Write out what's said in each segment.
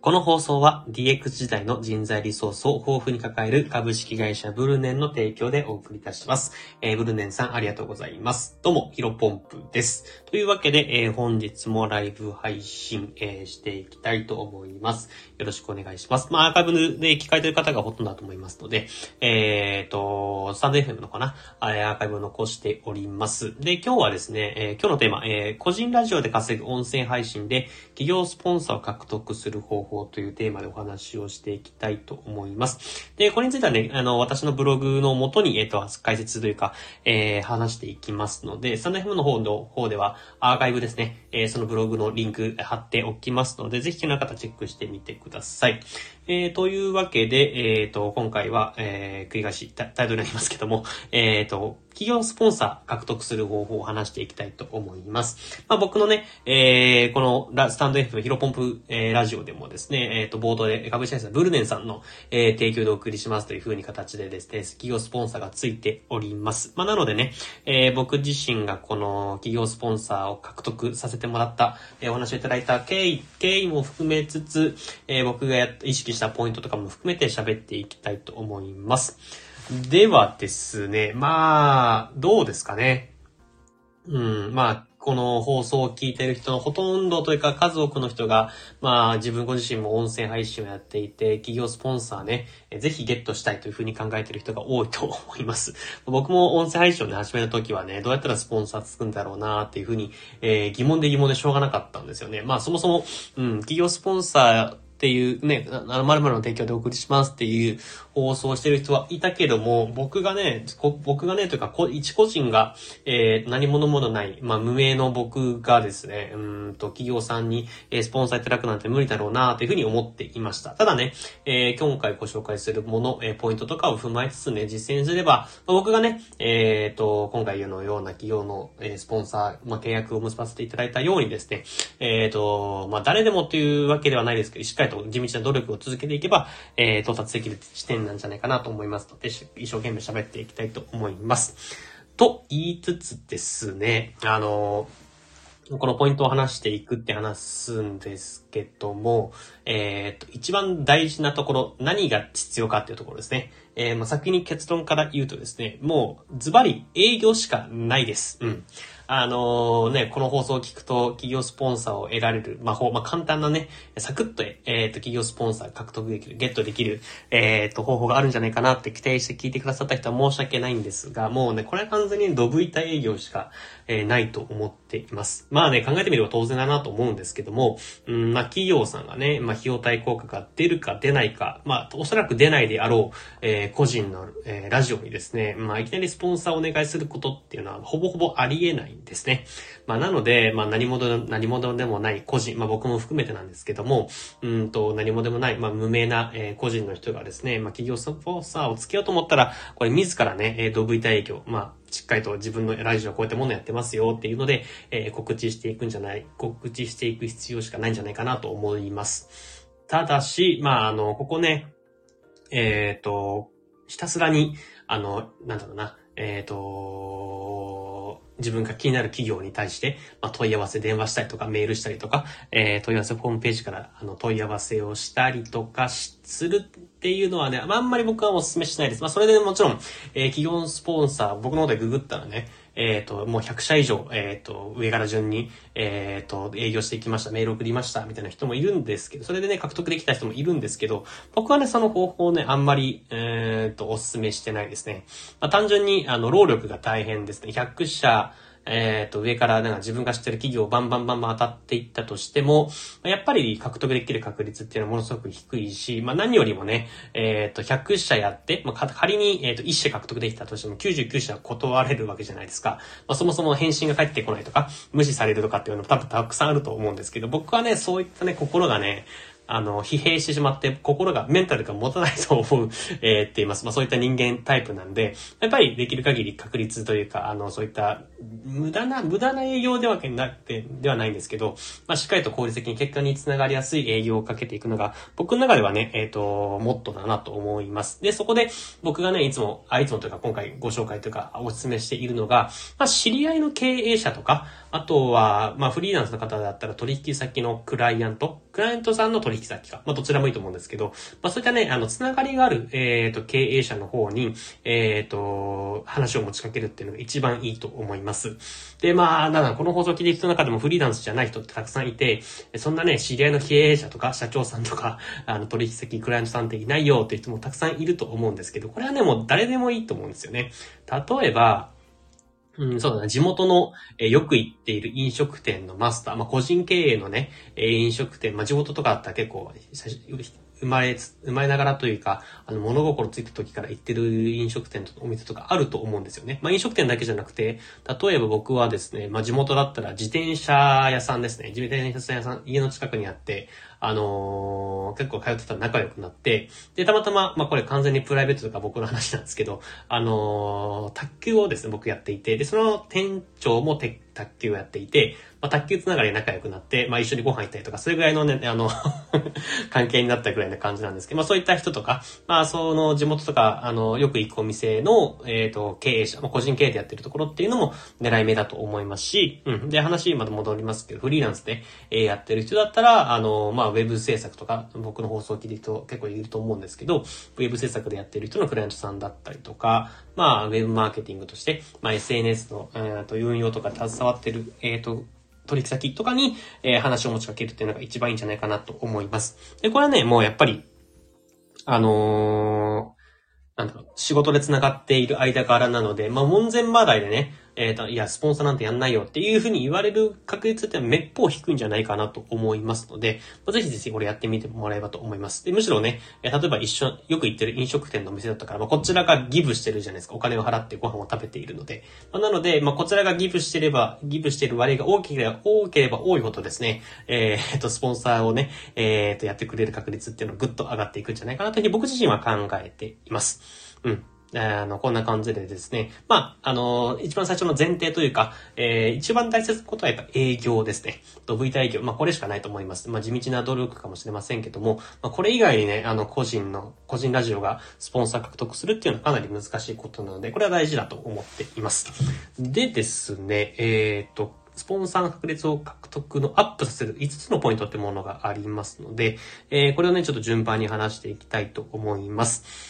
この放送は DX 時代の人材リソースを豊富に抱える株式会社ブルネンの提供でお送りいたします。ブルネンさんありがとうございます。どうも、ヒロポンプです。というわけで、本日もライブ配信、していきたいと思います。よろしくお願いします。アーカイブで聞かれている方がほとんどだと思いますので、スタンド FM のかなアーカイブを残しております。で、今日はですね、今日のテーマ、個人ラジオで稼ぐ音声配信で企業スポンサーを獲得する方法というテーマでお話をしていきたいと思います。で、これについてはね、私のブログの元に、解説というか、話していきますので、スタンド FM の方ではアーカイブですね、そのブログのリンク貼っておきますので、ぜひ気の方チェックしてみてください。というわけで、今回は、繰り返しタイトルになりますけども、企業スポンサー獲得する方法を話していきたいと思います。僕のね、このスタンド F ヒロポンプ、ラジオでもですね、冒頭で株式会社ブルネンさんの、提供でお送りしますという風に形でですね、企業スポンサーがついております。なのでね、僕自身がこの企業スポンサーを獲得させてもらった、お話をいただいた経緯も含めつつ、僕が意識したポイントとかも含めて喋っていきたいと思います。ではですね、どうですかね。この放送を聞いている人のほとんどというか数多くの人が、自分ご自身も音声配信をやっていて、企業スポンサーね、ぜひゲットしたいというふうに考えている人が多いと思います。僕も音声配信をね、始めた時はね、どうやったらスポンサーつくんだろうなっていうふうに、疑問でしょうがなかったんですよね。そもそも、企業スポンサー、っていうね、〇〇の提供でお送りしますっていう放送をしてる人はいたけども、僕がね、というか、一個人が、何者ものない、無名の僕がですね、企業さんに、スポンサーいただくなんて無理だろうなというふうに思っていました。ただね、今回ご紹介するもの、ポイントとかを踏まえつつね、実践すれば、僕がね、今回のような企業の、スポンサー、契約を結ばせていただいたようにですね、誰でもというわけではないですけど、しっかりと地道な努力を続けていけば、到達できる地点なんじゃないかなと思いますので、一生懸命喋っていきたいと思います。と言いつつですね、このポイントを話していくって話すんですけども、一番大事なところ、何が必要かっていうところですね。先に結論から言うとですね、もうズバリ営業しかないです。この放送を聞くと企業スポンサーを得られる簡単なね、サクッと、企業スポンサー獲得できる、ゲットできる、方法があるんじゃないかなって期待して聞いてくださった人は申し訳ないんですが、もうね、これは完全にドブ板営業しか、ないと思っています。考えてみれば当然だなと思うんですけども、企業さんがね、費用対効果が出るか出ないか、おそらく出ないであろう、個人の、ラジオにですね、いきなりスポンサーをお願いすることっていうのはほぼほぼありえないんですね。なので、何者でもない個人、僕も含めてなんですけども、何者でもない、無名な、個人の人がですね、企業スポンサーをつけようと思ったら、これ自らね、ドブ板営業、しっかりと自分のラジオこうやってものやってますよっていうので、告知していく必要しかないんじゃないかなと思います。ただし、ここね、ひたすらに、自分が気になる企業に対して、問い合わせ、電話したりとか、メールしたりとか、問い合わせホームページから問い合わせをしたりとかするっていうのはね、あんまり僕はお勧めしないです。それでもちろん、企業スポンサー、僕の方でググったらね、もう100社以上、上から順に、営業していきました、メール送りました、みたいな人もいるんですけど、それでね、獲得できた人もいるんですけど、僕はね、その方法をね、あんまり、お勧めしてないですね。単純に、労力が大変ですね。100社、上から自分が知ってる企業をバンバン当たっていったとしても、やっぱり獲得できる確率っていうのはものすごく低いし、何よりもね、100社やって、仮に、1社獲得できたとしても99社断れるわけじゃないですか。そもそも返信が返ってこないとか、無視されるとかっていうのも多分たくさんあると思うんですけど、僕はね、そういったね、心がね、疲弊してしまって、メンタルが持たないと思う、って言います。そういった人間タイプなんで、やっぱりできる限り確率というか、そういった、無駄な営業ではないんですけど、しっかりと効率的に結果につながりやすい営業をかけていくのが、僕の中ではね、モットーだなと思います。で、そこで、僕がね、いつもというか、今回ご紹介というか、お勧めしているのが、知り合いの経営者とか、あとは、フリーランスの方だったら取引先のクライアントクライアントさんの取引先か、どちらもいいと思うんですけど、そういったね、つながりがある、経営者の方に、話を持ちかけるっていうのが一番いいと思います。で、この放送を聞いている人の中でもフリーランスじゃない人ってたくさんいて、そんなね、知り合いの経営者とか社長さんとか、取引先、クライアントさんっていないよっていう人もたくさんいると思うんですけど、これはね、もう誰でもいいと思うんですよね。例えば、そうだな、地元の、よく行っている飲食店のマスター、個人経営のね、飲食店、地元とかだったら結構、生まれながらというか、物心ついた時から行ってる飲食店とお店とかあると思うんですよね。飲食店だけじゃなくて、例えば僕はですね、地元だったら自転車屋さんですね。自転車屋さん、家の近くにあって、結構通ってたら仲良くなって、で、たまたま、これ完全にプライベートとか僕の話なんですけど、卓球をですね、僕やっていて、で、その店長も卓球をやっていて、卓球つながりで仲良くなって、一緒にご飯行ったりとか、それぐらいのね、関係になったぐらいな感じなんですけど、そういった人とか、その地元とか、よく行くお店の、経営者、個人経営でやってるところっていうのも狙い目だと思いますし、で、話また戻りますけど、フリーランスで、やってる人だったら、ウェブ制作とか、僕の放送を聞いてる人結構いると思うんですけど、ウェブ制作でやってる人のクライアントさんだったりとか、ウェブマーケティングとして、SNS の、運用とか携わってる、取引先とかに、話を持ちかけるっていうのが一番いいんじゃないかなと思います。で、これはね、もうやっぱり、仕事で繋がっている間柄なので、門前払いでね、いや、スポンサーなんてやんないよっていうふうに言われる確率ってめっぽう低いんじゃないかなと思いますので、ぜひぜひこれやってみてもらえばと思います。で、むしろね、例えばよく行ってる飲食店のお店だったから、こちらがギブしてるじゃないですか。お金を払ってご飯を食べているので。なので、こちらがギブしている割合が大きければ多いほどですね、スポンサーをね、やってくれる確率っていうのがぐっと上がっていくんじゃないかなというふうに僕自身は考えています。こんな感じでですね。一番最初の前提というか、一番大切なことはやっぱ営業ですね。VT営業。これしかないと思います。地道な努力かもしれませんけども、これ以外にね、個人ラジオがスポンサー獲得するっていうのはかなり難しいことなので、これは大事だと思っています。でですね、スポンサーの確率を獲得のアップさせる5つのポイントってものがありますので、これをね、ちょっと順番に話していきたいと思います。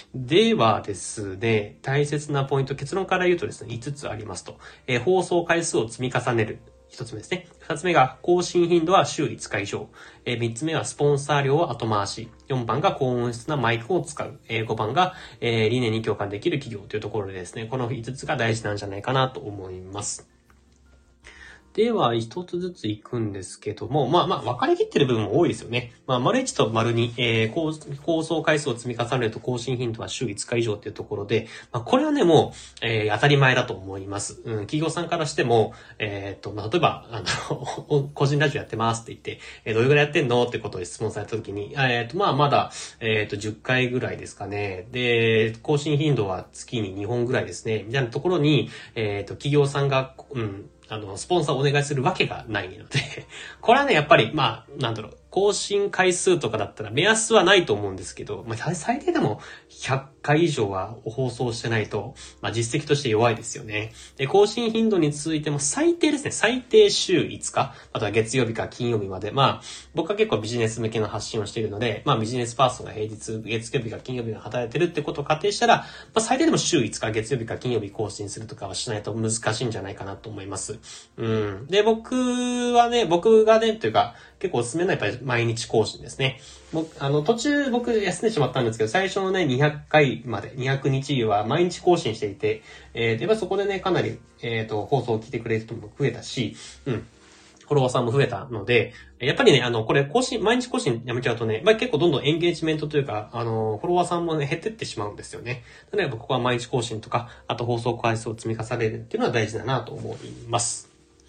ではですね、大切なポイント、結論から言うとですね、5つありますと。放送回数を積み重ねる。1つ目ですね。2つ目が更新頻度は週5日以上。3つ目はスポンサー料を後回し。4番が高音質なマイクを使う。5番が、理念に共感できる企業というところでですね、この5つが大事なんじゃないかなと思います。では、一つずつ行くんですけども、分かりきってる部分も多いですよね。丸1と丸2、構想回数を積み重ねると更新頻度は週5日以上っていうところで、これはね、もう、当たり前だと思います。企業さんからしても、例えば、個人ラジオやってますって言って、どれぐらいやってんのってことを質問されたときに、まだ、10回ぐらいですかね。で、更新頻度は月に2本ぐらいですね。みたいなところに、企業さんが、スポンサーをお願いするわけがないので、これはね、やっぱり、更新回数とかだったら目安はないと思うんですけど、最低でも100回以上は放送してないと、実績として弱いですよね。で、更新頻度についても最低ですね。最低週5日、あとは月曜日から金曜日まで。僕は結構ビジネス向けの発信をしているので、ビジネスパーソンが平日、月曜日から金曜日が働いてるってことを仮定したら、最低でも週5日、月曜日から金曜日更新するとかはしないと難しいんじゃないかなと思います。で、僕がね、というか、結構おすすめなのはやっぱり毎日更新ですね。途中僕休んでしまったんですけど、最初のね、200回まで、200日は毎日更新していて、やっぱそこでね、かなり、放送を聞いてくれる人も増えたし、フォロワーさんも増えたので、やっぱりね、これ毎日更新やめちゃうとね、結構どんどんエンゲージメントというか、フォロワーさんもね、減ってってしまうんですよね。なので、ここは毎日更新とか、あと放送回数を積み重ねるっていうのは大事だなと思います。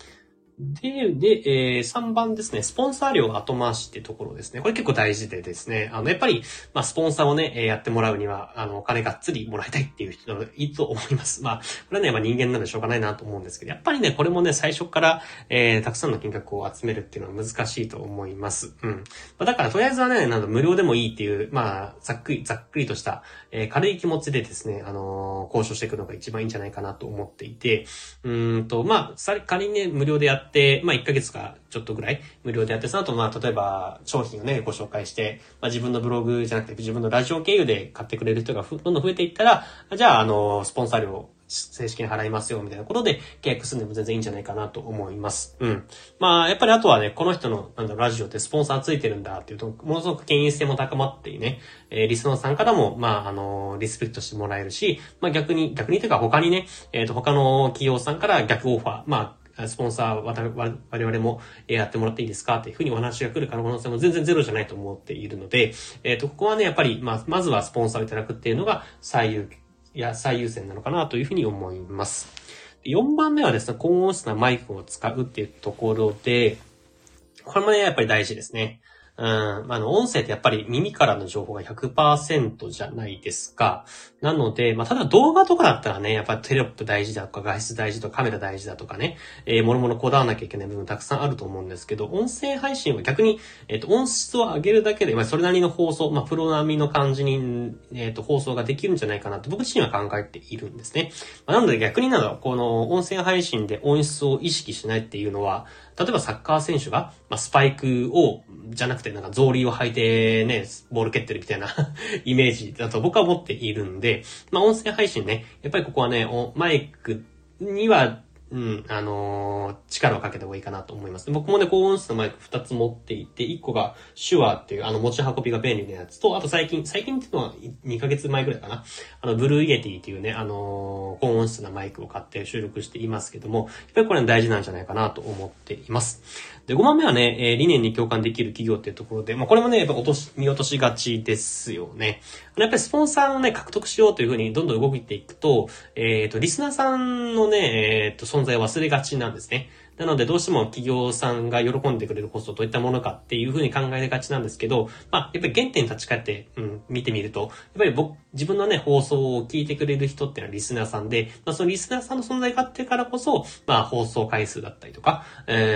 で、3番ですね、スポンサー料後回しっていうところですね。これ結構大事でですね、やっぱり、スポンサーをね、やってもらうには、お金がっつりもらいたいっていう人がいいと思います。これはね、人間なんでしょうがないなと思うんですけど、やっぱりね、これもね、最初から、たくさんの金額を集めるっていうのは難しいと思います。だから、とりあえずはね、無料でもいいっていう、ざっくりとした、軽い気持ちでですね、交渉していくのが一番いいんじゃないかなと思っていて、仮にね、無料でやっって、まあ、1ヶ月かちょっとぐらい無料でやって、その後、まあ、例えば商品をね、ご紹介して、まあ、自分のブログじゃなくて自分のラジオ経由で買ってくれる人がどんどん増えていったら、じゃあ、スポンサー料正式に払いますよ、みたいなことで契約するのも全然いいんじゃないかなと思います。うん。まあ、やっぱりあとはね、この人の、ラジオってスポンサーついてるんだっていうと、ものすごく権威性も高まってね、リスナーさんからも、まあ、リスペクトしてもらえるし、まあ逆にというか他にね、他の企業さんから逆オファー、まあ、スポンサー我々もやってもらっていいですかっていうふうにお話が来る可能性も全然ゼロじゃないと思っているので、ここはね、やっぱり、まずはスポンサーをいただくっていうのが最優先なのかなというふうに思います。4番目はですね、高音質なマイクを使うっていうところで、これもね、やっぱり大事ですね。音声ってやっぱり耳からの情報が 100% じゃないですか。なので、ただ動画とかだったらね、やっぱりテロップ大事だとか、画質大事とか、カメラ大事だとかね、もろもろこだわらなきゃいけない部分たくさんあると思うんですけど、音声配信は逆に、音質を上げるだけで、それなりの放送、プロ並みの感じに、放送ができるんじゃないかなって僕自身は考えているんですね。なので逆にこの音声配信で音質を意識しないっていうのは、例えばサッカー選手が、スパイクじゃなくて草履を履いてね、ボール蹴ってるみたいなイメージだと僕は思っているんで、音声配信ね、やっぱりここはね、マイクには、力をかけた方がいいかなと思います。僕もね、高音質のマイク2つ持っていて、1個が手話っていう持ち運びが便利なやつと、あと最近っていうのは2ヶ月前ぐらいかな。ブルーイエティっていうね、高音質なマイクを買って収録していますけども、やっぱりこれ大事なんじゃないかなと思っています。で、5番目はね、理念に共感できる企業っていうところで、これもね、やっぱ見落としがちですよね。やっぱりスポンサーをね、獲得しようというふうにどんどん動いていくと、リスナーさんのね、存在を忘れがちなんですね。なのでどうしても企業さんが喜んでくれるコストどういったものかっていうふうに考えがちなんですけど、やっぱり原点に立ち返って、見てみると、やっぱり自分のね、放送を聞いてくれる人っていうのはリスナーさんで、そのリスナーさんの存在があってからこそ、放送回数だったりとか、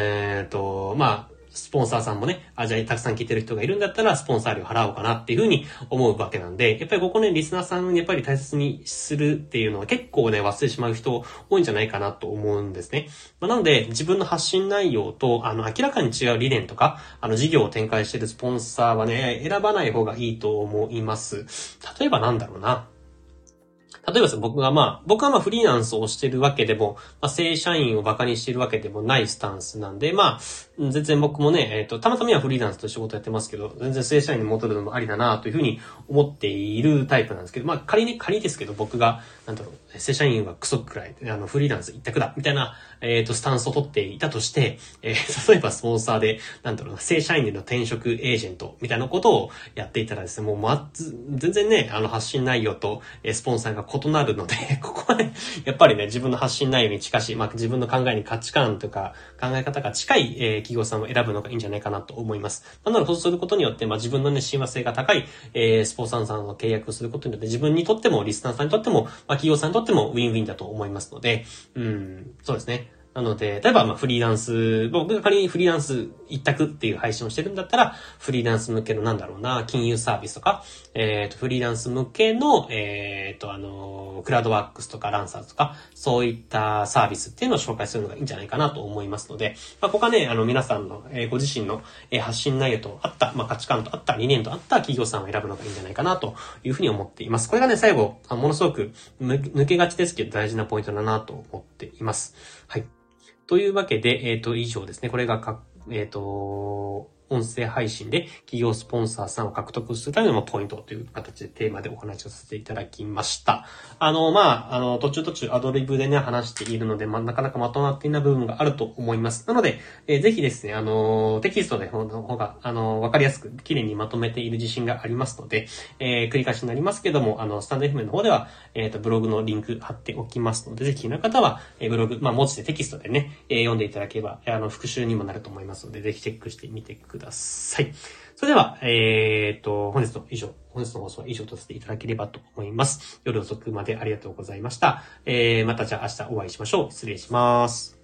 スポンサーさんもね、じゃあたくさん聞いてる人がいるんだったらスポンサー料払おうかなっていうふうに思うわけなんで、やっぱりここね、リスナーさんやっぱり大切にするっていうのは結構ね、忘れてしまう人多いんじゃないかなと思うんですね。なので、自分の発信内容と、明らかに違う理念とか、事業を展開しているスポンサーはね、選ばない方がいいと思います。例えばなんだろうな。例えばですね、僕はフリーランスをしてるわけでも、正社員をバカにしてるわけでもないスタンスなんで、全然僕もね、たまたまはフリーランスと仕事やってますけど、全然正社員に戻るのもありだなというふうに思っているタイプなんですけど、仮ですけど僕が、正社員はクソくらい、フリーランス一択だ、みたいな、スタンスを取っていたとして、例えばスポンサーで、正社員での転職エージェントみたいなことをやっていたらですね、全然ね、発信内容と、スポンサーが異なるので、ここはね、やっぱりね、自分の発信内容に近しい、自分の考えに価値観とか考え方が近い、企業さんを選ぶのがいいんじゃないかなと思います。なので、そうすることによって、自分のね、親和性が高い、スポンサーさんの契約をすることによって、自分にとっても、リスナーさんにとっても、企業さんにとってもウィンウィンだと思いますので、そうですね。なので、例えばフリーランス、僕が仮にフリーランス一択っていう配信をしてるんだったら、フリーランス向けの金融サービスとか、フリーランス向けの、クラウドワークスとかランサーズとか、そういったサービスっていうのを紹介するのがいいんじゃないかなと思いますので、ここはね、皆さんの、ご自身の、発信内容とあった、価値観とあった、理念とあった企業さんを選ぶのがいいんじゃないかなというふうに思っています。これがね、最後、ものすごく抜けがちですけど大事なポイントだなと思っています。はい。というわけで、以上ですね。これが音声配信で企業スポンサーさんを獲得するためのポイントという形でテーマでお話をさせていただきました。途中アドリブでね、話しているので、なかなかまとまっていない部分があると思います。なので、ぜひですね、テキストの方が、わかりやすく綺麗にまとめている自信がありますので、繰り返しになりますけども、スタンド FM の方では、ブログのリンク貼っておきますので、ぜひ気の方は、ブログ、文字でテキストでね、読んでいただければ、復習にもなると思いますので、ぜひチェックしてみてください。それでは、本日の放送は以上とさせていただければと思います。夜遅くまでありがとうございました。またじゃあ明日お会いしましょう。失礼します。